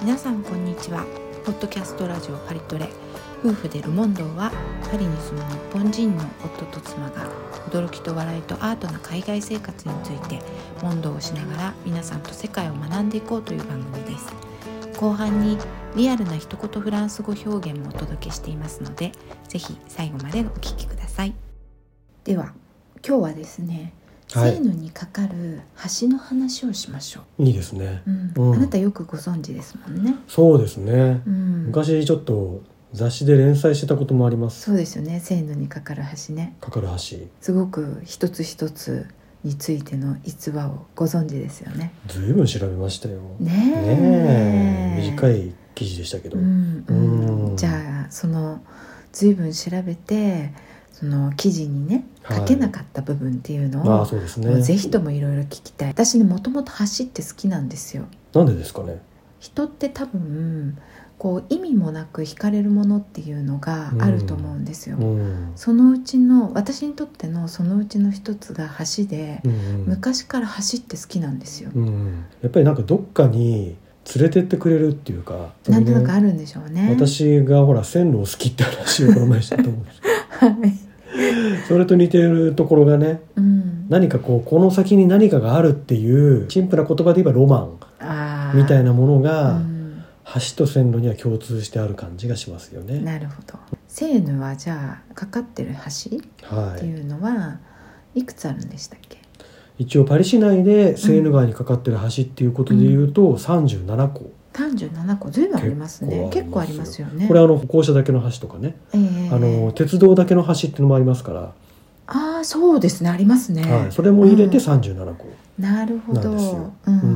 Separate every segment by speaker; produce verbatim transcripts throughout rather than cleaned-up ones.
Speaker 1: 皆さんこんにちは。ポッドキャストラジオパリトレ、夫婦でルモンドーはパリに住む日本人の夫と妻が驚きと笑いとアートな海外生活について問答をしながら皆さんと世界を学んでいこうという番組です。後半にリアルな一言フランス語表現もお届けしていますので、ぜひ最後までお聞きください。では今日はですね、
Speaker 2: はい、
Speaker 1: セーヌにかかる橋の話をしましょう。
Speaker 2: いいですね、
Speaker 1: うん
Speaker 2: うん、
Speaker 1: あなたよくご存知ですもんね。
Speaker 2: そうですね、
Speaker 1: うん、
Speaker 2: 昔ちょっと雑誌で連載してたこともあります。
Speaker 1: そうですよね。セーヌにかかる橋ね。
Speaker 2: かかる橋、
Speaker 1: すごく一つ一つについての逸話をご存知ですよね。
Speaker 2: ずいぶん調べましたよ
Speaker 1: ねえ、
Speaker 2: ねえ短い記事でしたけど、
Speaker 1: うんうん
Speaker 2: うん、
Speaker 1: じゃあそのずいぶん調べてその記事にね書けなかった部分っていうのを、
Speaker 2: はい、あ、そうですね、
Speaker 1: ぜひともいろいろ聞きたい。私ね、もともと橋って好きなんですよ。
Speaker 2: なんでですかね。
Speaker 1: 人って多分こう意味もなく惹かれるものっていうのがあると思うんですよ、
Speaker 2: うん、
Speaker 1: そのうちの私にとってのそのうちの一つが橋で、
Speaker 2: うんうん、
Speaker 1: 昔から橋って好きなんですよ、
Speaker 2: うん、やっぱりなんかどっかに連れてってくれるっていうか、
Speaker 1: なんとなくあるんでしょうね。
Speaker 2: 私がほら線路を好きって話をこの前したと思うんです
Speaker 1: はい
Speaker 2: それと似ているところがね、
Speaker 1: うん、
Speaker 2: 何かこうこの先に何かがあるっていうシンプルな言葉で言えばロマン
Speaker 1: あ
Speaker 2: みたいなものが、
Speaker 1: うん、
Speaker 2: 橋と線路には共通してある感じがしますよね。
Speaker 1: なるほど。セーヌはじゃあかかってる橋っていうのはいくつあるんでしたっけ。
Speaker 2: 一応パリ市内でセーヌ川にかかってる橋っていうことでいうと、うん、さんじゅうななこ。
Speaker 1: さんじゅうななこ、ずいぶんありますね。結構ありますよね。
Speaker 2: これあの歩行者だけの橋とかね、
Speaker 1: えー、
Speaker 2: あの鉄道だけの橋っていうのもありますから。
Speaker 1: ああ、そうですね、ありますね、
Speaker 2: はい、それも入れてさんじゅうななこ、
Speaker 1: うん、なるほど、うんうん、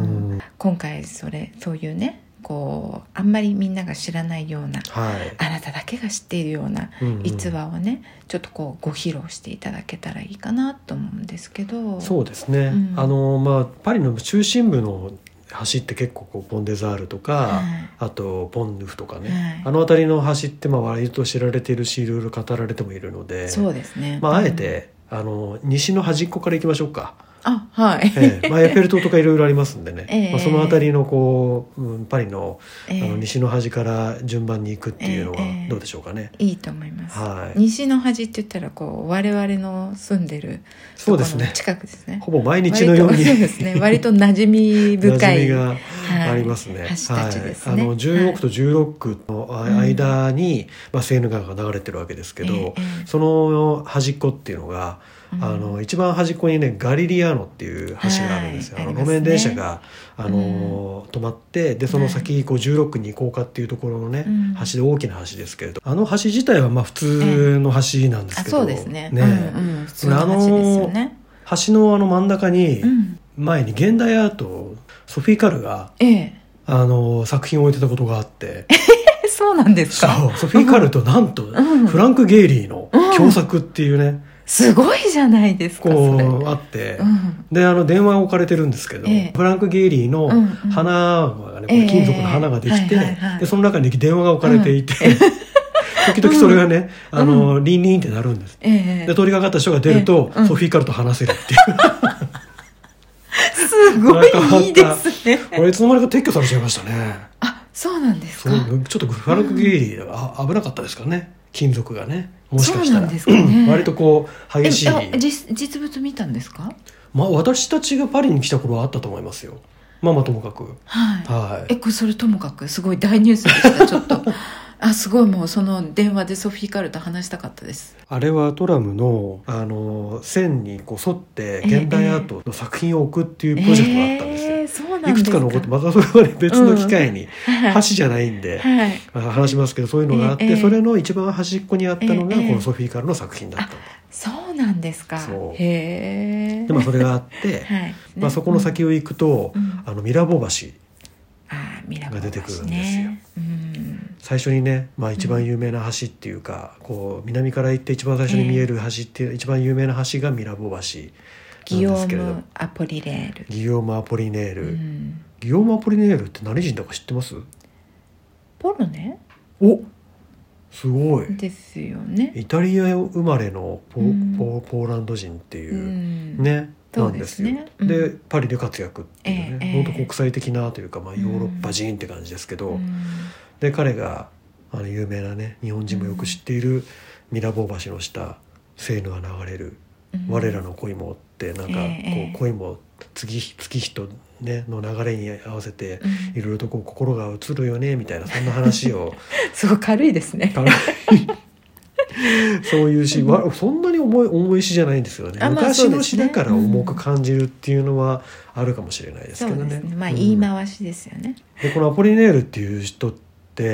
Speaker 1: 今回それそういうね、こうあんまりみんなが知らないような、はい、あなただけが知っているような逸話をね、うんうん、ちょっとこうご披露していただけたらいいかなと思うんですけど。
Speaker 2: そうですね、うん、あのまあ、パリの中心部の橋って結構こうポンデザールとか、はい、あとポンヌフとかね、はい、あの辺りの橋ってまあ割と知られているし、いろいろ語られてもいるので、
Speaker 1: そうですね、
Speaker 2: まあ、あえて、うん、あの西の端っこから行きましょうか。
Speaker 1: あ、はい、
Speaker 2: ええまあ、エッフェル塔とかいろいろありますんでね、えーまあ、その辺りのこう、うん、パリ の、えー、あの西の端から順番に行くっていうのはどうでしょうかね、
Speaker 1: えー、いいと思います、
Speaker 2: はい、
Speaker 1: 西の端って言ったらこう我々の住んでるところの近くですね。
Speaker 2: ほぼ毎日のように
Speaker 1: そうですね、割と馴染み深い
Speaker 2: 馴染みがありますね、
Speaker 1: はい、橋たちですね、
Speaker 2: はい、あのじゅうろくとじゅうろくの間に、うんまあ、セーヌ川が流れてるわけですけど、えーえー、その端っこっていうのがあの一番端っこにねガリリアーノっていう橋があるんですよ、はい、あの路面電車があの、うん、止まってでその先こうじゅうろくに行こうかっていうところのね、うん、橋で大きな橋ですけれど、あの橋自体はまあ普通の橋なんですけど、
Speaker 1: うん、そうですね、
Speaker 2: ね、
Speaker 1: うんうん、普通の橋ですよね。
Speaker 2: あの橋のあの真ん中に前に現代アートソフィー・カルが、ええ、あの作品を置いてたことがあって
Speaker 1: そうなんですか。
Speaker 2: そうソフィー・カルとなんと、うん、フランク・ゲイリーの共作っていうね、うん
Speaker 1: すごいじゃないですか。
Speaker 2: こうあって、うん、であの電話が置かれてるんですけど、ええ、フランク・ゲイリーの花がね、うんうん、金属の花ができて、えはいはいはい、でその中に電話が置かれていて、うん、時々それがね、うん、あのリンリンってなるんです、ええ、で通りがかった人が出ると、ええ、ソフィー・カルと話せるっていう
Speaker 1: すごいいいですね。
Speaker 2: これいつの間にか撤去されちゃいましたね。
Speaker 1: あ、そうなんですか。
Speaker 2: ちょっとフランク・ゲイリーが危なかったですからね、金属がね、もしかしたらそうなんですか、ね、割とこう激しい。
Speaker 1: 実, 実物見たんですか。
Speaker 2: まあ、私たちがパリに来た頃はあったと思いますよ。まあまあともかく、
Speaker 1: はいはい、えこれそれともかくすごい大ニュースでしたちょっとあすごい、もうその電話でソフィー・カルと話したかったです。
Speaker 2: あれはトラムの、あの線にこう沿って現代アートの作品を置くっていうプロジェクトがあったんですよ、えー、そうなんですか。いくつか残って、またそれは、ね、別の機会に、うん、橋じゃないんで、はい、話しますけど、そういうのがあって、えー、それの一番端っこにあったのが、えー、このソフィー・カルの作品だったんだ、えー、
Speaker 1: そうなんですか。
Speaker 2: そう
Speaker 1: へ
Speaker 2: で、まあ、それがあって、はいまあ、そこの先を行くと、うん、あのミラボ橋が出てくるんですよ、うん、最初にね、まあ、一番有名な橋っていうか、うん、こう南から行って一番最初に見える橋っていう、えー、一番有名な橋がミラボ橋なんですけれど、ギヨ
Speaker 1: ーム・アポリネール
Speaker 2: ギヨーム・アポリネール、うん、ギヨーム・アポリネールって何人だか知ってます？
Speaker 1: ポルネ？
Speaker 2: おすごい
Speaker 1: ですよね。
Speaker 2: イタリア生まれの ポ,、うん、ポ, ポーランド人っていう、うん、ねなんですよ。
Speaker 1: そうですね、うん、
Speaker 2: でパリで活躍っていうね、
Speaker 1: ええ
Speaker 2: 本当国際的なというか、まあ、ヨーロッパ人って感じですけど、
Speaker 1: うん、
Speaker 2: で彼があの有名なね日本人もよく知っているミラボー橋の下セーヌが流れる、うん、我らの恋もってなんかこう、ええ、恋も月月日と、ね、の流れに合わせていろいろとこう心が移るよねみたいなそんな話を
Speaker 1: すごい軽いですね。軽い
Speaker 2: そういう詩、うん、そんなに重い重い詩じゃないんですよね。昔の詩だから重く感じるっていうのはあるかもしれないですけどね。
Speaker 1: そうですね、まあ言い回しですよね。
Speaker 2: うん、でこのアポリネールっていう人って、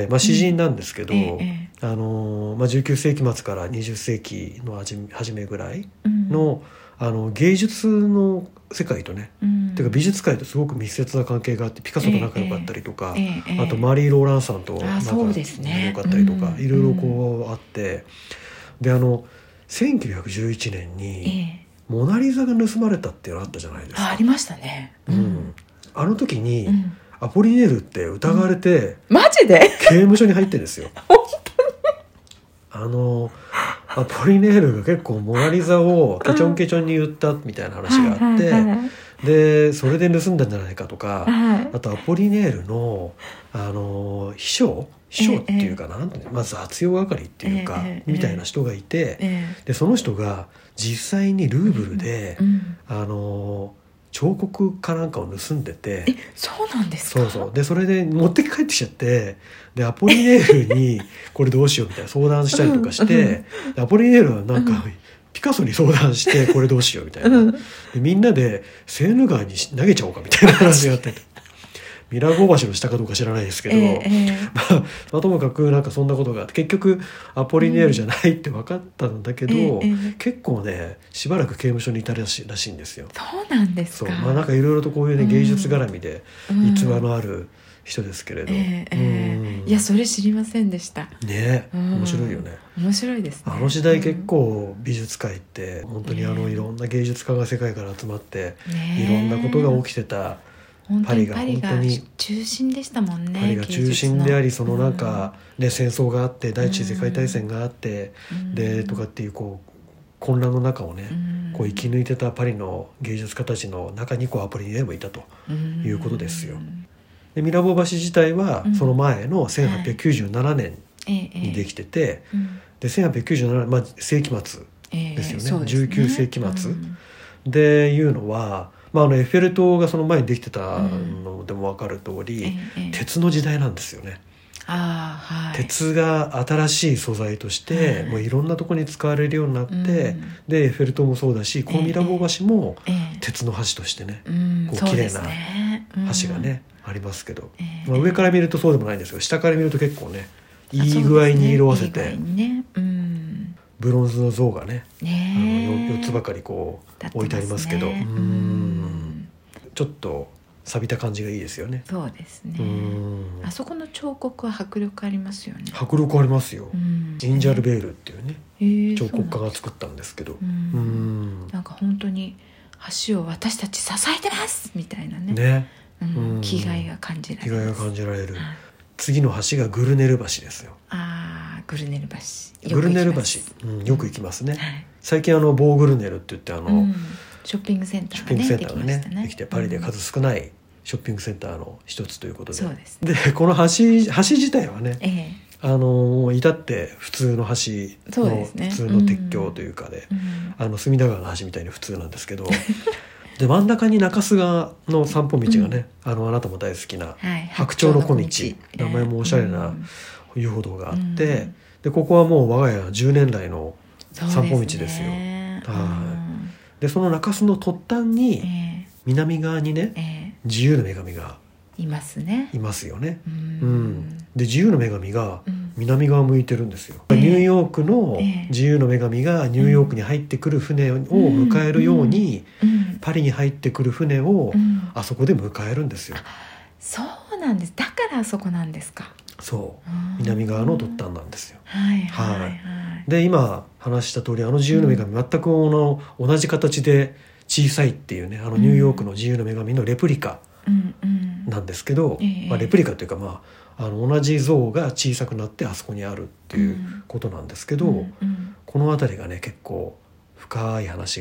Speaker 2: まあ、詩人なんですけど、うんええあのまあ、じゅうきゅう世紀末からにじゅっ世紀の初めぐらいの、うん、あの芸術の世界とね、うん、ていうか美術界とすごく密接な関係があってピカソと仲良かったりとか、えええ、あとマリー・ローランサンと仲良かったりとか、いろいろこうあって、であのせんきゅうひゃくじゅういちねんにモナリザが盗まれたっていうのあったじゃないですか。
Speaker 1: あ, ありましたね、
Speaker 2: うんうん、あの時に、うん、アポリネールって疑われて、
Speaker 1: うん、マジで
Speaker 2: 刑務所に入ってるんですよ。
Speaker 1: 本当に
Speaker 2: あのアポリネールが結構モナリザをケチョンケチョンに言ったみたいな話があって、はいはいはい、でそれで盗んだんじゃないかとか、はい、あとアポリネールの、あの秘書秘書っていうかな、なんていうの、まず雑用係っていうか、ええ、みたいな人がいて、え、でその人が実際にルーブルで、うん、あの彫刻かなんかを盗んでて、
Speaker 1: えそうなんですか。
Speaker 2: そうそうでそれで持って帰ってきちゃって、でアポリネールにこれどうしようみたいな相談したりとかして、うん、アポリネールはなんか、うん、ピカソに相談してこれどうしようみたいな、うん、でみんなでセーヌ川に投げちゃおうかみたいな話があってミラゴー橋の下かどうか知らないですけど、えーまあまあ、ともかくなんかそんなことがあって結局アポリネールじゃないって分かったんだけど、うんえー、結構ねしばらく刑務所にいたらしい、らしいんですよ。
Speaker 1: そうなんですか。
Speaker 2: そう、まあ、なんかいろいろとこういう、ね、芸術絡みで逸話のある人ですけれど、うんえ
Speaker 1: ーうん、いやそれ知りませんでした
Speaker 2: ね。面白いよね。
Speaker 1: 面白いですね。
Speaker 2: あの時代結構美術界って本当にあのいろんな芸術家が世界から集まって、ね、いろんなことが起きてた。パリが本当に
Speaker 1: 中心でしたもんね。
Speaker 2: パリが中心であり、そのなんか、ね、戦争があって第一次世界大戦があって、うん、でとかっていうこう混乱の中をね、うん、こう生き抜いてたパリの芸術家たちの中にこうアポリネールもいたということですよ。でミラボー橋自体はその前のせんはっぴゃくきゅうじゅうななねんにできてて、うん、でせんはっぴゃくきゅうじゅうななねん、まあ、世紀末ですよね、えー、じゅうきゅう世紀末、うん、でいうのはまあ、あのエッフェル塔がその前にできてたのでも分かる通り、うんええ、鉄の時代なんですよね。
Speaker 1: あ、はい、
Speaker 2: 鉄が新しい素材として、はい、もういろんなところに使われるようになって、うん、でエッフェル塔もそうだしこのミラボー橋も鉄の橋としてね、え、こう綺麗な橋がね、うん、ありますけど、まあ、上から見るとそうでもないんですけど下から見ると結構ねいい具合に色あせて、ねいいねうん、ブロンズの像がね、ねあの よっつばかりこう置いてありますけど、うーんちょっと錆びた感じがいいですよね。
Speaker 1: そうですね。うんあそこの彫刻は迫力ありますよね。
Speaker 2: 迫力ありますよ。ジンジャルベールっていうね、えー、彫刻家が作ったんですけど、うん
Speaker 1: うんなんか本当に橋を私たち支えてますみたいなね、
Speaker 2: ね
Speaker 1: うん、気概が感じられる。
Speaker 2: 気概が感じられる、はい、次の橋がグルネル橋ですよ。
Speaker 1: あグルネル橋
Speaker 2: グルネル橋、うん、よく行きますね、はい、最近あのボーグルネルって言ってあの、うん
Speaker 1: ショッピングセンターが
Speaker 2: ね,
Speaker 1: ね
Speaker 2: できましたね。できてパリで数少ないショッピングセンターの一つということで、
Speaker 1: そうですね、
Speaker 2: でこの橋、橋自体はね、
Speaker 1: ええ、
Speaker 2: あの至って普通の橋の、ね、普通の鉄橋というかで、うん、あの隅田川の橋みたいに普通なんですけどで真ん中に中洲川の散歩道がね、うん、あのあなたも大好きな、はい、白鳥の小道、名前もおしゃれな遊歩道があって、うん、でここはもう我が家じゅうねん来の散歩道ですよ。はいでその中洲の突端に、えー、南側にね、えー、自由の女神が
Speaker 1: いますね。
Speaker 2: いますよね。うんうんで自由の女神が南側向いてるんですよ、うん、ニューヨークの自由の女神がニューヨークに入ってくる船を迎えるように、うんうん、パリに入ってくる船をあそこで迎えるんですよ。
Speaker 1: そうなんです。だからあそこなんですか。
Speaker 2: そう南側の突端なんですよ。
Speaker 1: はいはいはい、
Speaker 2: で今話した通りあの自由の女神、うん、全くの同じ形で小さいっていうねあのニューヨークの自由の女神のレプリカなんですけど、うんうんまあ、レプリカというか、まあ、あの同じ像が小さくなってあそこにあるっていうことなんですけど、うんうん、この辺りがね結構深い話が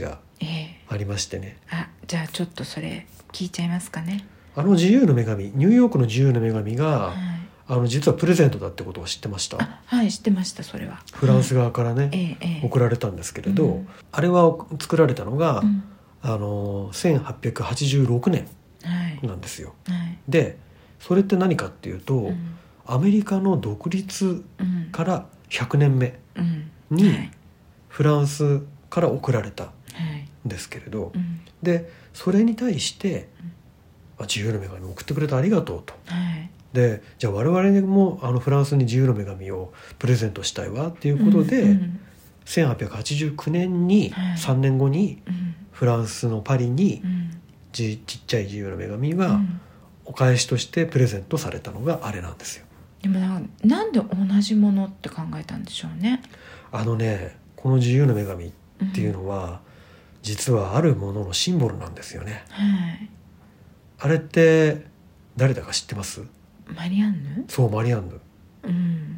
Speaker 2: ありましてね、
Speaker 1: えー、あじゃあちょっとそれ聞いちゃいますかね。
Speaker 2: あの自由の女神、ニューヨークの自由の女神が、
Speaker 1: はい、
Speaker 2: あの実はプレゼントだってことを知ってました？
Speaker 1: あはい知ってました。それは
Speaker 2: フランス側からね、
Speaker 1: はいえー、
Speaker 2: 送られたんですけれど、
Speaker 1: うん、
Speaker 2: あれは作られたのが、
Speaker 1: うん、
Speaker 2: あのせんはっぴゃくはちじゅうろくねんなんですよ、
Speaker 1: はいはい、
Speaker 2: でそれって何かっていうと、うん、アメリカの独立からひゃくねんめにフランスから送られたんですけれど、うん、でそれに対して、うん、自由の女神送ってくれてありがとうと、はい、でじゃあ我々もあのフランスに自由の女神をプレゼントしたいわっていうことで、うんうん、せんはっぴゃくはちじゅうきゅうねんに、はい、さんねんごにフランスのパリに、うん、ち, ちっちゃい自由の女神がお返しとしてプレゼントされたのがあれなんですよ。
Speaker 1: でも な, なんで同じものって考えたんでしょうね。
Speaker 2: あのねこの自由の女神っていうのは、うん、実はあるもののシンボルなんですよね、はい、あれって誰だか知ってます？
Speaker 1: マリアンヌ？そう
Speaker 2: マリアンヌ、
Speaker 1: うん、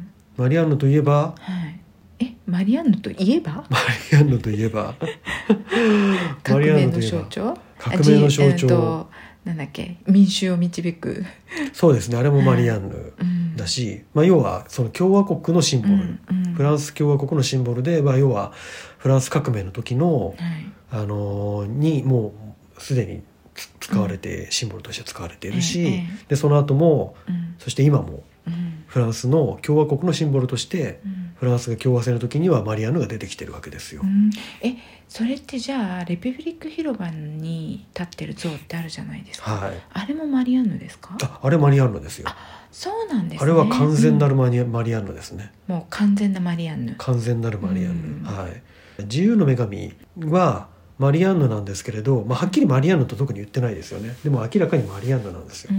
Speaker 2: マリアンヌといえば、
Speaker 1: はい、えマリアンヌといえば
Speaker 2: マリアンヌといえば
Speaker 1: 革命の象徴？
Speaker 2: 革命の象徴、
Speaker 1: えーと、なんだっけ民衆を導く
Speaker 2: そうですねあれもマリアンヌだし、はいうんまあ、要はその共和国のシンボル、うんうん、フランス共和国のシンボルで、まあ、要はフランス革命の時の、はいあのー、にもうすでに使われて、うん、シンボルとして使われているし、ええ、でその後も、うん、そして今も、うん、フランスの共和国のシンボルとして、うん、フランスが共和制の時にはマリアンヌが出てきてるわけですよ、うん、
Speaker 1: えそれってじゃあレピブリック広場に立ってる像ってあるじゃないですか、はい、あれもマリアンヌですか？
Speaker 2: あ, あれマリアンヌですよ。
Speaker 1: あそうなんですね。
Speaker 2: あれは完全なるマリア、うん、マリアンヌですね。
Speaker 1: もう完全なマリアンヌ
Speaker 2: 完全なるマリアンヌ、うんはい、自由の女神はマリアンヌなんですけれど、まあ、はっきりマリアンヌと特に言ってないですよね。でも明らかにマリアンヌなんですよ、うん、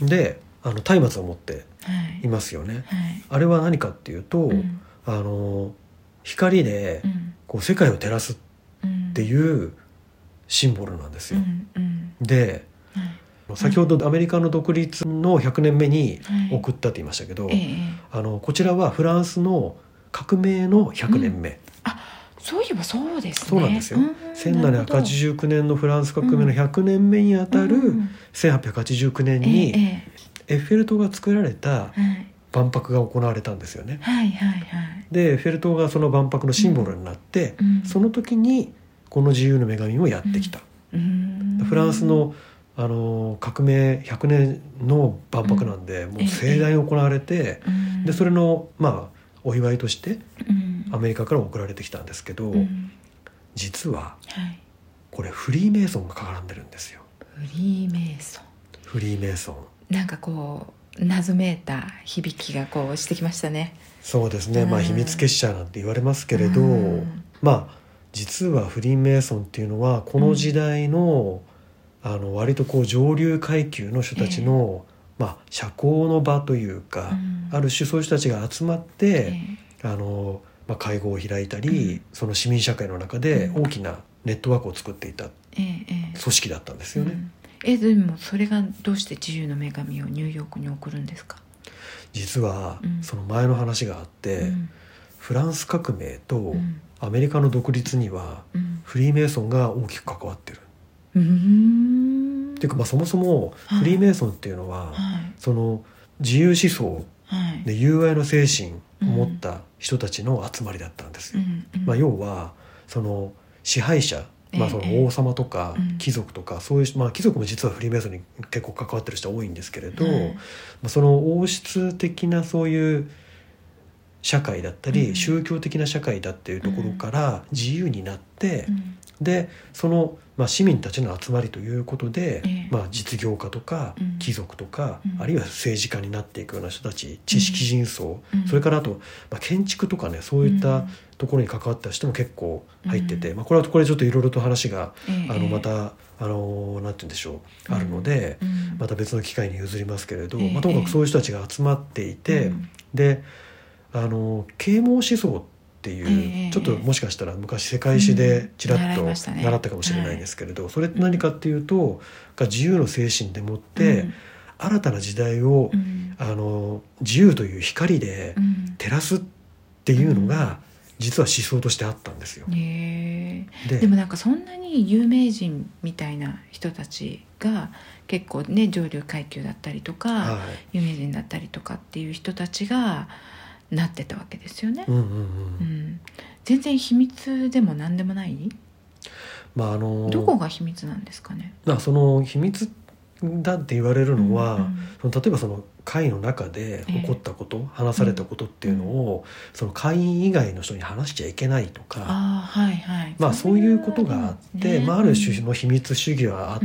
Speaker 2: であの松明を持っていますよね、はいはい、あれは何かっていうと、うん、あの光でこう世界を照らすっていうシンボルなんですよ、うんうん、で、はい、先ほどアメリカの独立のひゃくねんめに送ったって言いましたけど、はい、あのこちらはフランスの革命のひゃくねんめ、うん、
Speaker 1: あそういえばそうですね。
Speaker 2: そうなんですよ、うん、せんななひゃくはちじゅうきゅうねんのフランス革命のひゃくねんめにあたるせんはっぴゃくはちじゅうきゅうねんにエッフェル塔が作られた万博が行われたんですよね、
Speaker 1: はいはいはい、
Speaker 2: でエッフェル塔がその万博のシンボルになって、うんうん、その時にこの自由の女神もやってきた、うん、フランスの、あの革命ひゃくねんの万博なんで、うん、もう盛大に行われて、うん、でそれのまあお祝いとしてアメリカから送られてきたんですけど、うん、実はこれフリーメイソンが絡んでるんですよ。
Speaker 1: フリーメイソン
Speaker 2: フリーメイソン
Speaker 1: なんかこう謎めいた響きがこうしてきましたね。
Speaker 2: そうですね、まあ、秘密結社なんて言われますけれど、うん、まあ実はフリーメイソンっていうのはこの時代の、うん、あの割とこう上流階級の人たちの、えーまあ、社交の場というか、うん、ある種そういう人たちが集まって、えーあのまあ、会合を開いたり、うん、その市民社会の中で大きなネットワークを作っていた組織だったんですよね、うん
Speaker 1: えでもそれがどうして自由の女神をニューヨークに送るんですか？
Speaker 2: 実はその前の話があって、うん、フランス革命とアメリカの独立にはフリーメイソンが大きく関わってる、うん、っていうか、まあ、そもそもフリーメイソンっていうのは、はい、その自由思想で友愛の精神を持った人たちの集まりだったんですよ、うんうんまあ、要はその支配者まあ、その王様とか貴族とかそういう、まあ、貴族も実はフリーメイソンに結構関わってる人は多いんですけれど、まあ、その王室的なそういう社会だったり宗教的な社会だっていうところから自由になってでその、まあ、市民たちの集まりということで、まあ、実業家とか貴族とかあるいは政治家になっていくような人たち知識人層それからあと、まあ、建築とかねそういったところに関わった人も結構入ってて、うんまあ、これはこれちょっといろいろと話が、ええ、あのまたあのなんて言うんでしょう、うん、あるので、うん、また別の機会に譲りますけれど、え、まあ、ともかくそういう人たちが集まっていて、うん、であの啓蒙思想っていう、ちょっともしかしたら昔世界史でちらっと習ったかもしれないんですけれど、うんねはい、それって何かっていうと自由の精神でもって、うん、新たな時代を、うん、あの自由という光で照らすっていうのが、 実は思想としてあったんですよ。
Speaker 1: へ
Speaker 2: で
Speaker 1: でもなんかそんなに有名人みたいな人たちが結構ね上流階級だったりとか、
Speaker 2: はい、
Speaker 1: 有名人だったりとかっていう人たちがなってたわけですよね、
Speaker 2: うんうんうん
Speaker 1: うん、全然秘密でも何でもない、
Speaker 2: まああの
Speaker 1: どこが秘密なんですかね。
Speaker 2: まあ、その秘密だって言われるのは、
Speaker 1: うんうん、
Speaker 2: その例えばその会の中で起こったこと、えー、話されたことっていうのを、うん、その会員以外の人に話しちゃいけないとか、
Speaker 1: あ、はいはい、
Speaker 2: まあ、そういうことがあって、ね、まあ、ある種の秘密主義はあって、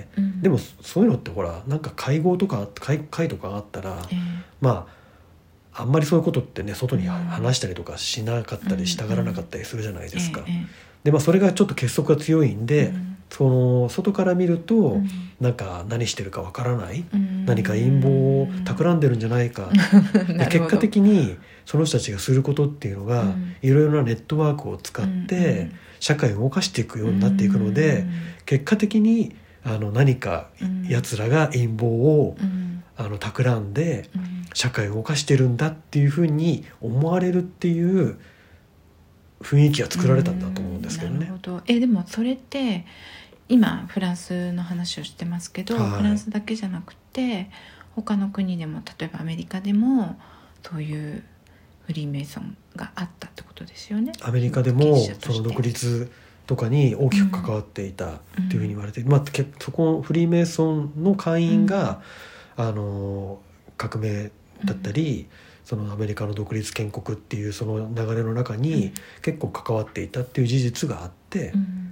Speaker 2: うんうん、でもそういうのってほらなんか会合とか 会, 会とかあったら、えー、まああんまりそういうことってね外に話したりとかしなかったりしたがらなかったりするじゃないですか、うんうん、で、まあ、それがちょっと結束が強いんで、うん、その外から見ると、うん、なんか何してるかわからない、うん、何か陰謀を企んでるんじゃないか、うん、で結果的にその人たちがすることっていうのが、うん、いろいろなネットワークを使って社会を動かしていくようになっていくので、うん、結果的にあの何かやつらが陰謀を、うん、あの企んで社会を動かしてるんだっていうふうに思われるっていう雰囲気が作られたんだと思うんですけどね。
Speaker 1: なるほど。えでもそれって今フランスの話をしてますけど、はい、フランスだけじゃなくて他の国でも例えばアメリカでもそういうフリーメイソンがあったってことですよね。
Speaker 2: アメリカでもその独立とかに大きく関わっていたっていうふうに言われて、うんまあ、そこフリーメイソンの会員が、うん、あの革命だったり、うんそのアメリカの独立建国っていうその流れの中に結構関わっていたっていう事実があって、うん、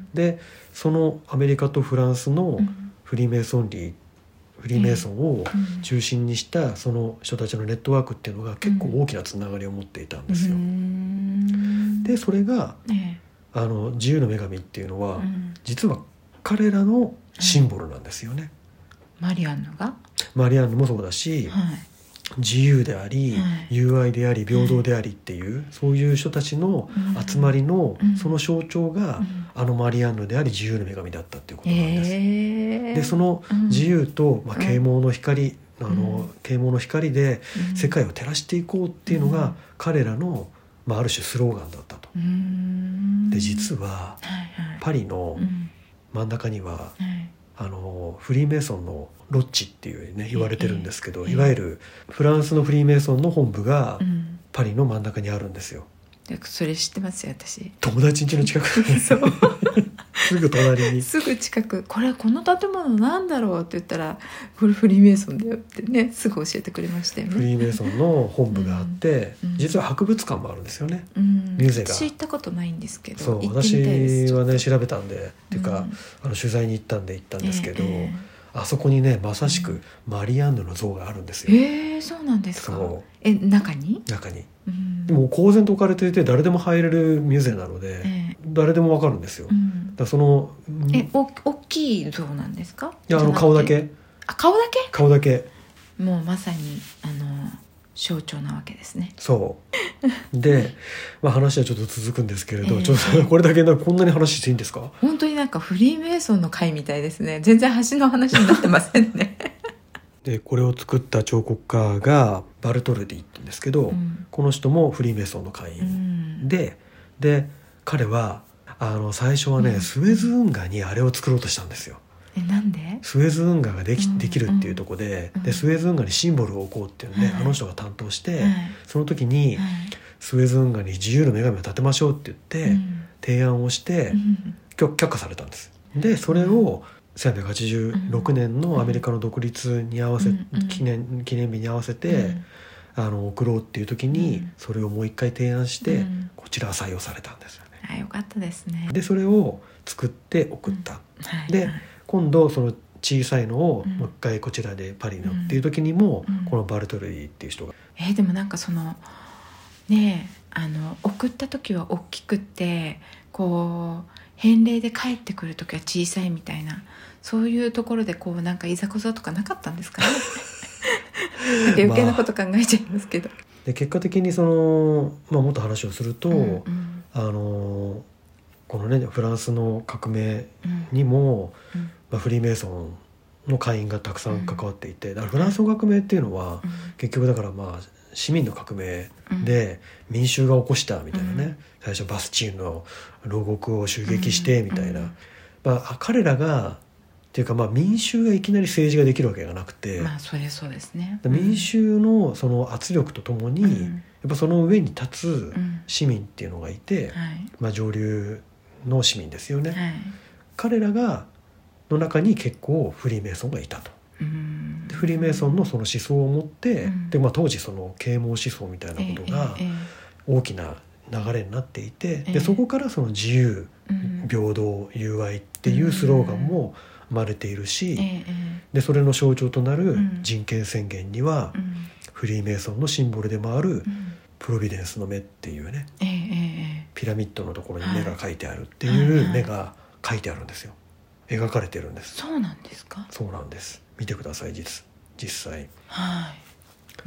Speaker 2: でそのアメリカとフランスのフリーメイソンリー、フリーメイソンを中心にしたその人たちのネットワークっていうのが結構大きなつながりを持っていたんですよ。うん、でそれが、ね、あの自由の女神っていうのは、うん、実は彼らのシンボルなんですよね。
Speaker 1: うん、マリアンヌが
Speaker 2: マリアンヌもそうだし、はい自由であり、はい、友愛であり平等でありっていう、はい、そういう人たちの集まりの、うん、その象徴が、うん、あのマリアンヌであり自由の女神だったっていうことなんです、えー、でその自由と、まあ、啓蒙の光、うん、あの啓蒙の光で世界を照らしていこうっていうのが、うん、彼らの、まあ、ある種スローガンだったと、うん、で実は、はいはい、パリの真ん中には、はいあのフリーメイソンのロッチっていうね言われてるんですけど、えー、いわゆるフランスのフリーメイソンの本部がパリの真ん中にあるんですよ。
Speaker 1: それ知ってますよ私。
Speaker 2: 友達ん家の近くそうすぐ隣に
Speaker 1: すぐ近くこれこの建物なんだろうって言ったらこれフリーメイソンだよってねすぐ教えてくれましたよね。
Speaker 2: フリーメイソンの本部があって、うん、実は博物館もあるんですよね、うん、ミューゼが。
Speaker 1: 私行ったことないんですけど
Speaker 2: そう私はね調べたんでっていうか、うん、あの取材に行ったんで行ったんですけど、えー、あそこにねまさしくマリアンヌの像があるんですよ。
Speaker 1: えー、そうなんですか。そうえ中に
Speaker 2: 中に、うん、でも公然と置かれていて誰でも入れるミューゼなので、えー、誰でも分かるんですよ、うん、だその
Speaker 1: えお大きい像なんですか。
Speaker 2: いやあの顔だけ
Speaker 1: あ顔だけ
Speaker 2: 顔だけ
Speaker 1: もうまさにあの象徴なわけですね。
Speaker 2: そうで、まあ、話はちょっと続くんですけれど、えー、ちょっとこれだけなこんなに話していいんですか。
Speaker 1: 本当になんかフリーメイソンの会みたいですね。全然橋の話になってませんね
Speaker 2: でこれを作った彫刻家がバルトルディって言うんですけど、うん、この人もフリーメイソンの会員、うん、でで彼はあの最初はね、うん、スエズ運河にあれを作ろうとしたんですよ。
Speaker 1: えなんで
Speaker 2: スエズ運河がで き,、うん、できるっていうところ で,、うん、でスエズ運河にシンボルを置こうっていうので、はい、あの人が担当して、はい、その時に、はい、スエズ運河に自由の女神を建てましょうって言って、うん、提案をして、うん、許, 許可されたんです。でそれをせんはっぴゃくはちじゅうろくねんのアメリカの独立に合わせ、うん、記念、記念日に合わせて、うん、あの送ろうっていう時に、うん、それをもう一回提案して、うん、こちらは採用されたんですよね。
Speaker 1: あよかったですね。
Speaker 2: でそれを作って送った、うんはい、で、はい今度その小さいのをもう一回こちらでパリのっていう時にも、うん、このバルトルディっていう人が、
Speaker 1: えー、でもなんかそのねえあの送った時は大きくってこう返礼で帰ってくる時は小さいみたいなそういうところでこうなんかいざこざとかなかったんですかねなんか余計なこと考えちゃいますけど、まあ、
Speaker 2: で結果的にその、まあ、もっと話をすると、うんうん、あのこのねフランスの革命にも、うんうんまあ、フリーメイソンの会員がたくさん関わっていて、だからフランスの革命っていうのは、うん、結局だからまあ市民の革命で民衆が起こしたみたいなね、うん、最初バスチーンの牢獄を襲撃してみたいな、うん、まあ、彼らがっていうか、まあ民衆がいきなり政治ができるわけがなくて、
Speaker 1: まあそれそうですね、
Speaker 2: 民衆のその圧力とともに、うん、やっぱその上に立つ市民っていうのがいて、うん、はい、まあ、上流の市民ですよね、はい、彼らがの中に結構フリーメイソンがいたと、うん、でフリーメイソンのその思想を持って、うん、でまあ、当時その啓蒙思想みたいなことが大きな流れになっていて、でそこからその自由、うん、平等、友愛っていうスローガンも生まれているし、うん、でそれの象徴となる人権宣言には、うん、フリーメイソンのシンボルでもある、うん、プロビデンスの目っていうね、うん、ピラミッドのところに目が描いてあるっていう目が描いてあるんですよ。描かれてるんです。
Speaker 1: そうなんですか。
Speaker 2: そうなんです。見てください。 実, 実際、
Speaker 1: はい、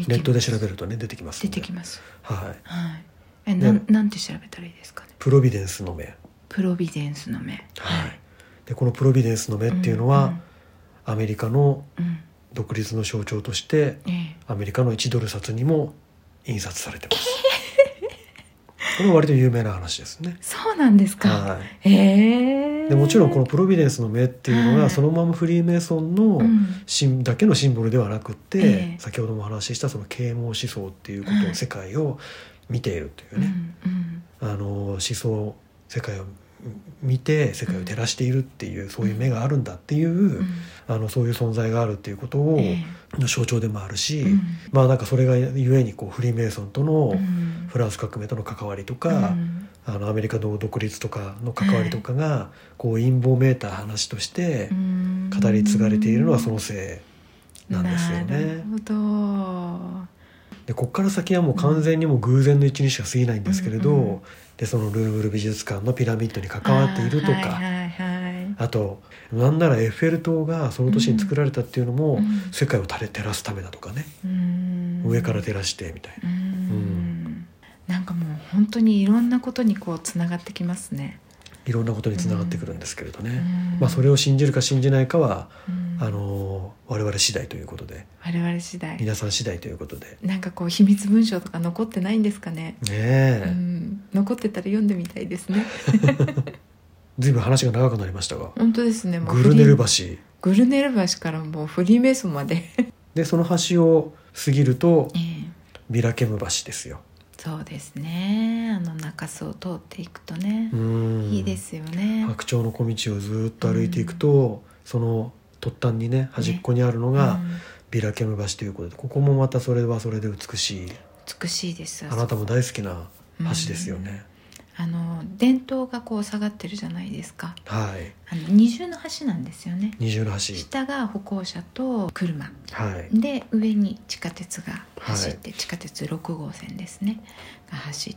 Speaker 2: ネットで調べるとね出てきますんで。
Speaker 1: 出てきます。
Speaker 2: はい、
Speaker 1: はい、えな ん, なんて調べたらいいですかね。
Speaker 2: プロビデンスの目。
Speaker 1: プロビデンスの目、
Speaker 2: はい、でこのプロビデンスの目っていうのは、うんうん、アメリカの独立の象徴として、うん、アメリカのいちドル札にも印刷されてます、えー、これは割と有名な話ですね。
Speaker 1: そうなんですか。
Speaker 2: はい、
Speaker 1: えー
Speaker 2: でもちろんこのプロビデンスの目っていうのがそのままフリーメイソンのシンだけのシンボルではなくって、うん、先ほどもお話ししたその啓蒙思想っていうことを、世界を見ているというね、うんうん、あの思想世界を見て世界を照らしているっていう、うん、そういう目があるんだっていう、うん、あのそういう存在があるっていうことを、えー、の象徴でもあるし、うん、まあなんかそれがゆえにこうフリーメイソンとのフランス革命との関わりとか、うん、あのアメリカの独立とかの関わりとかがこう陰謀めいた話として語り継がれているのはそのせいなんですよね。
Speaker 1: なるほど。
Speaker 2: でここから先はもう完全にもう偶然の一日しか過ぎないんですけれど、うんうん、でそのルーブル美術館のピラミッドに関わっているとか、 あ,、はいはいはい、あとなんならエッフェル塔がその年に作られたっていうのも、うん、世界を照らすためだとかね、うん、上から照らしてみたいな、うんうん、
Speaker 1: なんかもう本当にいろんなことにこうつながってきますね。
Speaker 2: いろんなことにつながってくるんですけれどね、うん、まあ、それを信じるか信じないかは、うん、あの我々次第ということで、
Speaker 1: 我々次第、
Speaker 2: 皆さん次第ということで、
Speaker 1: なんかこう秘密文書とか残ってないんですかね。
Speaker 2: ねえ、
Speaker 1: うん、残ってたら読んでみたいですね。
Speaker 2: ずいぶん話が長くなりましたが、
Speaker 1: 本当ですね。もう
Speaker 2: グルネル橋
Speaker 1: グルネル橋からもうフリーメイソンまで
Speaker 2: でその橋を過ぎると、えー、ビラケム橋ですよ。
Speaker 1: そうですね、あの中州を通っていくとね、いいですよね。
Speaker 2: 白鳥の小道をずっと歩いていくと、うん、その突端にね端っこにあるのが、ね、うん、ビラケム橋ということで、ここもまたそれはそれで美しい、
Speaker 1: 美しいです。
Speaker 2: あなたも大好きな橋ですよね、
Speaker 1: うん、あの伝統がこう下がってるじゃないですか。
Speaker 2: はい、
Speaker 1: あの二重の橋なんですよね。
Speaker 2: 二重の橋、
Speaker 1: 下が歩行者と車、
Speaker 2: はい、
Speaker 1: で上に地下鉄が走って、はい、地下鉄ろく号線ですねが走って、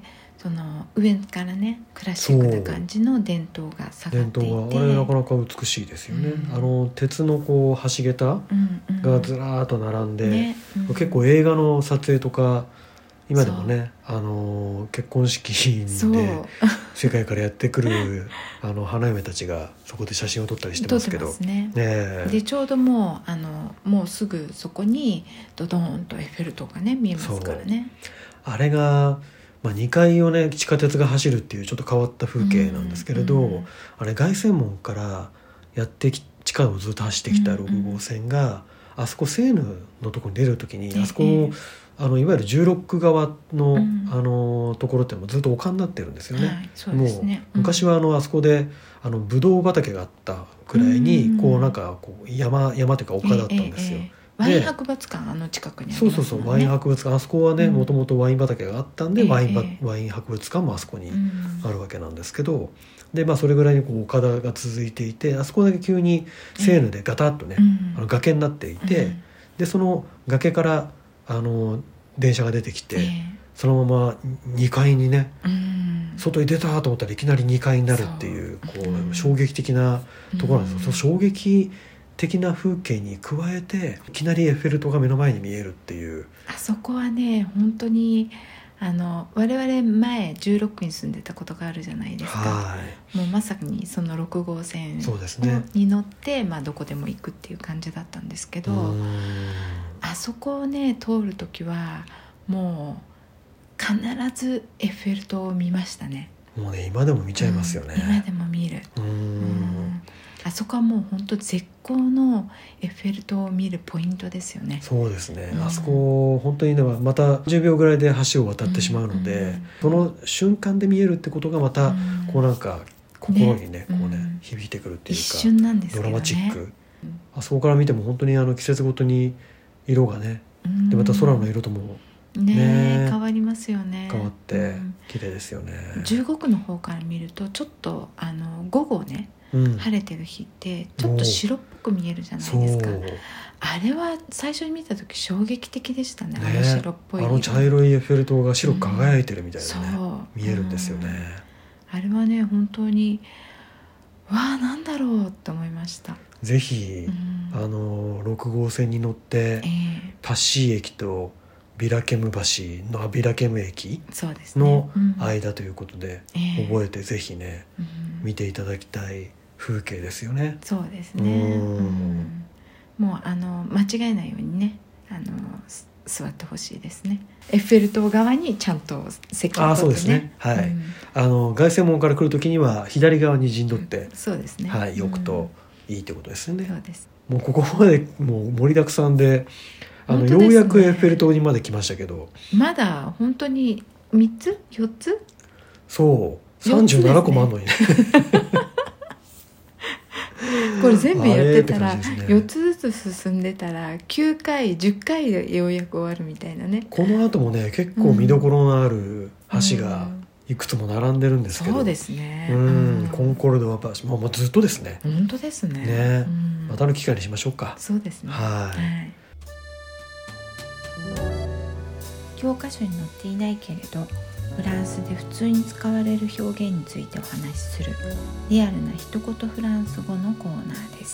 Speaker 1: その上からねクラシックな感じの伝統が下がっていて、
Speaker 2: 伝統があれなかなか美しいですよね、うん、あの鉄のこう橋桁がずらーっと並んで、うんうんね、うん、結構映画の撮影とか今でもね、あの結婚式で世界からやってくるあの花嫁たちがそこで写真を撮ったりしてますけど、
Speaker 1: 撮ってますね。
Speaker 2: ね、
Speaker 1: でちょうどもうあのもうすぐそこにドドーンとエッフェル塔がね見えますからね。あ
Speaker 2: れが、まあ、にかいをね地下鉄が走るっていうちょっと変わった風景なんですけれど、うんうん、あれ凱旋門からやってき地下をずっと走ってきたろく号線が、うんうん、あそこセーヌのところに出るときに、あそこの、えーあのいわゆるじゅうろく側の、うん、あのところってもずっと丘になってるんですよね、はい、そうですね、もう昔はあのあそこであのブドウ畑があったくらいに、うん、こうなんかこう山山というか丘だったんですよ、えーえー
Speaker 1: ワイン博物館あの近くにありますもんね。
Speaker 2: そうそうそう、ワイン博物館、あそこはねもともとワイン畑があったんで、えー、ワインば、えー、ワイン博物館もあそこにあるわけなんですけど、うん、でまあそれぐらいにこう丘が続いていて、あそこだけ急にセーヌでガタッとね、えー、あの崖になっていて、うん、でその崖からあの電車が出てきて、えー、そのままにかいにね、うん、外に出たと思ったらいきなりにかいになるっていう、こう、うん、衝撃的なところなんですよ、うん、その衝撃的な風景に加えていきなりエッフェル塔が目の前に見えるっていう、
Speaker 1: あそこはね本当にあの我々前じゅうろくに住んでたことがあるじゃないですか、はい、もうまさにそのろく号線
Speaker 2: そうですね
Speaker 1: に乗って、まあ、どこでも行くっていう感じだったんですけど、あそこをね通るときはもう必ずエッフェル塔を見ましたね。
Speaker 2: もうね今でも見ちゃいますよね、
Speaker 1: うん、今でも見る。
Speaker 2: うん
Speaker 1: うんあそこはもう本当絶好のエッフェル塔を見るポイントですよね。
Speaker 2: そうですね、
Speaker 1: うん、
Speaker 2: あそこ本当にではまたじゅうびょうぐらいで橋を渡ってしまうので、
Speaker 1: うん、
Speaker 2: その瞬間で見えるってことがまたこうなんか心にね、
Speaker 1: ね
Speaker 2: こうね、
Speaker 1: うん、
Speaker 2: 響いてくるっていうか
Speaker 1: 一瞬なんですけどね、
Speaker 2: ドラマチック、あそこから見ても本当にあの季節ごとに色がね、
Speaker 1: うん、
Speaker 2: でまた空の色とも
Speaker 1: ね
Speaker 2: ね
Speaker 1: 変わりますよね。
Speaker 2: 変わって
Speaker 1: うん
Speaker 2: 綺麗ですよね。
Speaker 1: 十五区の方から見るとちょっとあの午後ね、
Speaker 2: うん、
Speaker 1: 晴れてる日ってちょっと白っぽく見えるじゃないですか。
Speaker 2: そう
Speaker 1: あれは最初に見た時衝撃的でしたね。
Speaker 2: ね
Speaker 1: あの白っぽい
Speaker 2: あの茶色いエッフェル塔が白く輝いてるみたいなね、
Speaker 1: うん、
Speaker 2: 見えるんですよね、
Speaker 1: うん、あれはね本当にわあなんだろうって思いました。
Speaker 2: ぜひ、うん、あのろく号線に乗って、
Speaker 1: えー、
Speaker 2: パッシー駅とビラケム橋のビラケム駅
Speaker 1: の
Speaker 2: の間ということで、
Speaker 1: うん、
Speaker 2: 覚えてぜひね、えー、見ていただきたい風景ですよね。
Speaker 1: そうですね、うんうん、もうあの間違えないようにねあの座ってほしいですね。エッフェル塔側にちゃんと席を取ってね。あ、そうですね、
Speaker 2: はい、うん、あの凱旋門から来るときには左側に陣取って、
Speaker 1: うん、そうですね、
Speaker 2: はい、置くといいってことですよね、
Speaker 1: うん、そうです。
Speaker 2: もうここまでもう盛りだくさんで、あの、ね、ようやくエッフェル塔にまで来ましたけど、
Speaker 1: まだ本当にみっつよっつ
Speaker 2: そうさんじゅうななこもあんのにね
Speaker 1: これ全部やってたら、ね、よっつずつ進んでたらきゅうかいじゅっかいでようやく終わるみたいなね。
Speaker 2: この後もね結構見どころのある橋がいくつも並んでるんですけど、
Speaker 1: うん、そうですね、
Speaker 2: うん、コンコルドはもうもうずっとですね。
Speaker 1: 本当ですね、
Speaker 2: ね、
Speaker 1: うん、
Speaker 2: またの機会にしましょうか。
Speaker 1: そうですね、
Speaker 2: はい、はい、
Speaker 1: 教科書に載っていないけれどフランスで普通に使われる表現についてお話しするリアルな一言フランス語のコーナーです。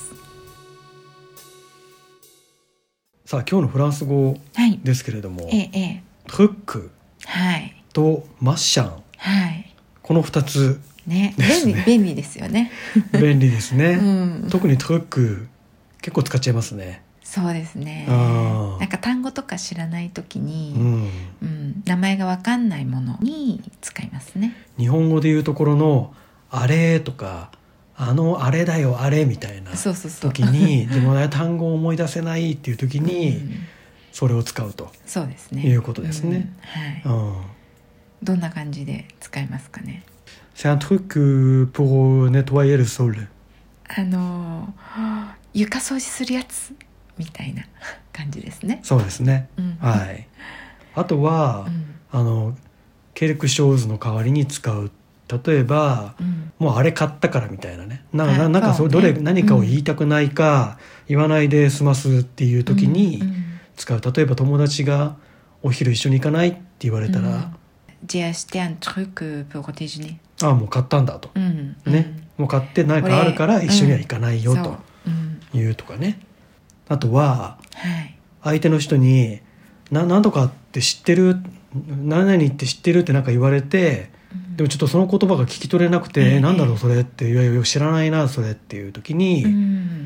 Speaker 2: さあ今日のフランス語ですけれども、はい、
Speaker 1: ええ、
Speaker 2: トゥックとマッシャン、
Speaker 1: はい、
Speaker 2: このふたつ
Speaker 1: ね、便利、便利ですよね
Speaker 2: 便利ですね、
Speaker 1: うん、
Speaker 2: 特にトゥック結構使っちゃいますね。
Speaker 1: そうですね、なんか単語とか知らないときに、うんうん、名前が分かんないものに使いますね。
Speaker 2: 日本語でいうところのあれとかあのあれだよあれみたいな時にでも、ね、単語を思い出せないっていう時に、うん、それを使うと
Speaker 1: そうですね、
Speaker 2: いうことですね、
Speaker 1: うん、はい、うん、どんな感じで使いますかね。
Speaker 2: C'est un truc pour nettoyer le sol。
Speaker 1: あの床掃除するやつみたいな感じですね。
Speaker 2: そうですね、うん、はい。あとは、うん、あのケルクショーズの代わりに使う、例えば、うん、もうあれ買ったからみたいなね、な, な, なんかそれどれ、ね、何かを言いたくないか、うん、言わないで済ますっていう時に使う。例えば友達がお昼一緒に行かないって言われたら、
Speaker 1: J'ai acheté un truc pour déjeuner。
Speaker 2: ああもう買ったんだと、うんね、もう買って何かあるから一緒には行かないよというとかね。あとは、はい、相手の人にな何とかって知ってる、何々って知ってるってなんか言われて、うん、でもちょっとその言葉が聞き取れなくて、えー、なんだろうそれって、いやいや知らないなそれっていう時に、うん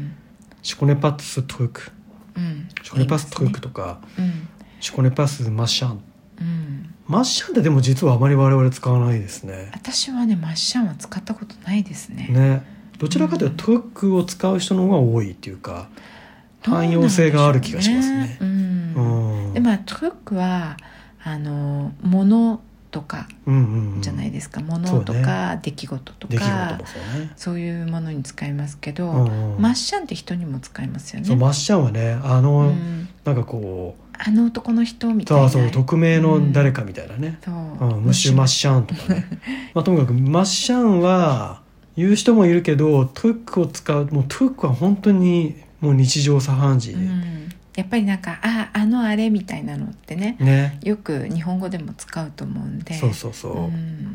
Speaker 2: 、Je connais pas ce truc、うん、Je connais pas ce truc とか、うん、Je connais pas ce machin、うん、マッシャンってでも実はあまり我々使わないですね。
Speaker 1: 私はねマッシャンは使ったことないですね。
Speaker 2: ね、どちらかというとトゥックを使う人の方が多いっていうか、汎用性がある気がしますね。うん
Speaker 1: うん、でまあトゥックはあの物とかじゃないですか、うんうんうん、物とか、ね、出来事とか、そうね、そういうものに使いますけど、うんうん、マッシャンって人にも使いますよね。
Speaker 2: そうマッシャンはねあの、うん、なんかこう
Speaker 1: あの男の人みたいな、
Speaker 2: そうそう匿名の誰かみたいなね、うんうん、ムッシュマッシャンとかねまあともかくマッシャンは言う人もいるけどトゥックを使う、もうトゥックは本当にもう日常茶飯事で、うん、
Speaker 1: やっぱりなんかああのあれみたいなのって ね, ねよく日本語でも使うと思うんで、
Speaker 2: そうそうそう、うん、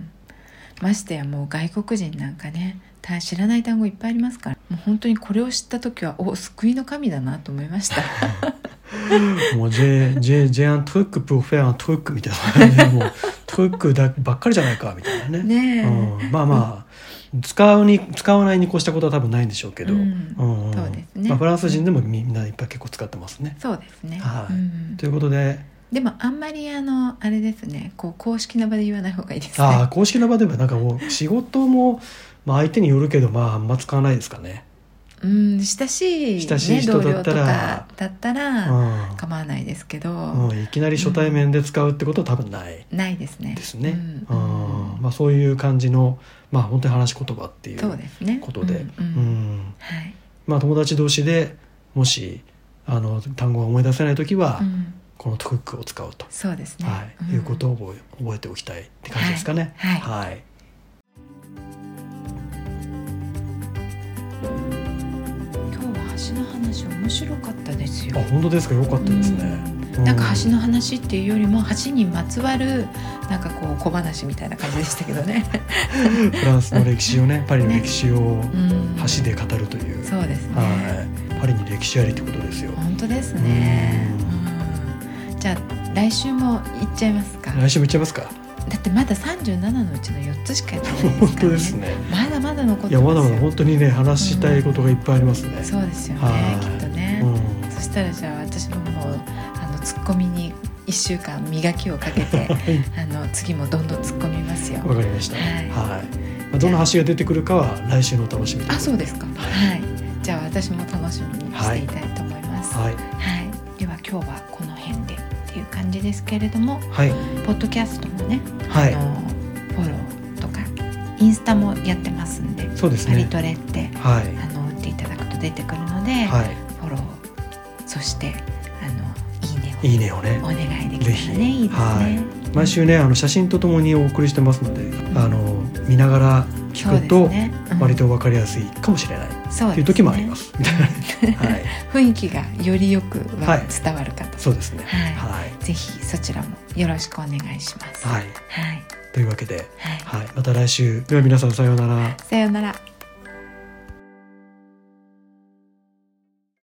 Speaker 1: ましてやもう外国人なんかね知らない単語いっぱいありますから、もう本当にこれを知った時はお救いの神だなと思いました
Speaker 2: もう j'ai, j'ai, j'ai un truc pour faire un truc みたいな、ね、もうトゥックだばっかりじゃないかみたいな ね, ね、うん、まあまあ使うに使わないに越したことは多分ないんでしょうけど、うんうん、そうですね、まあ、フランス人でもみんないっぱい結構使ってますね。
Speaker 1: そうですね、
Speaker 2: はい、うん、ということで
Speaker 1: でもあんまりあのあれですね、こう公式な場で言わない方がいいですね。
Speaker 2: ああ、公式な場ではなんかもう仕事も、まあ、相手によるけど、まああんま使わないですかね。
Speaker 1: うん、親しい、
Speaker 2: 親しい人だったら、
Speaker 1: ね、同僚とかだったら構わないですけど、
Speaker 2: うんうん、いきなり初対面で使うってことは多分ない、
Speaker 1: うん、ないですね。
Speaker 2: ですね。
Speaker 1: うんうん、
Speaker 2: まあ、そういう感じの、まあ、本当に話し言葉っていうことで、まあ、友達同士でもしあの単語が思い出せないときは、うん、このフックを使うと、
Speaker 1: そうですね、
Speaker 2: はい、うん、いうことを覚え、覚えておきたいって感じですかね。
Speaker 1: はい、はいはい、橋の話面白かったですよ。
Speaker 2: あ、本当ですか。良かったですね。
Speaker 1: うん、なんか橋の話っていうよりも橋にまつわるなんかこう小話みたいな感じでしたけどね。
Speaker 2: フランスの歴史をね、パリの歴史を橋で語るという、
Speaker 1: ね、そうですね、
Speaker 2: はい、パリに歴史ありってことですよ。
Speaker 1: 本当ですね。うん、じゃあ来週も行っちゃいますか。
Speaker 2: 来週も行っちゃいますか。
Speaker 1: だってまださんじゅうななのうちのよっつしかやってないですからね。
Speaker 2: 本当ですね。
Speaker 1: まだまだ残ってますよ。
Speaker 2: いや、まだまだ本当にね、話したいことがいっぱいありますね。
Speaker 1: うん、そうですよね、きっとね。うん、そしたらじゃあ私ももうあのツッコミにいっしゅうかん磨きをかけて、はい、あの次もどんどん突っ込みますよ。
Speaker 2: わかりました。はい、はい、まあ、どの橋が出てくるかは来週のお楽しみということで。
Speaker 1: あ、そうですか。はい。じゃあ私も楽しみにしていたいと思います。はい。はい、では今日はこの辺でっていう感じですけれども、はい、ポッドキャストもね、はい、あのフォローとかインスタもやってますんで、
Speaker 2: そうですね、
Speaker 1: パリトレって、はい、あの打っていただくと出てくるので、はい、フォロー、そしてあのいいねをね、お願いできたらね、いいですね。はい、
Speaker 2: 毎週ね、あの写真とともにお送りしてますので、うん、あの見ながら聞くと、ね、うん、割と分かりやすいかもしれないという時もありますみたいな、はい、
Speaker 1: 雰囲気がよりよく伝わるかと、はい、
Speaker 2: そうですね、
Speaker 1: はいはい、ぜひそちらもよろしくお願いします。
Speaker 2: はい、はい、というわけで、はいはい、また来週では皆さんさようなら。
Speaker 1: さようなら。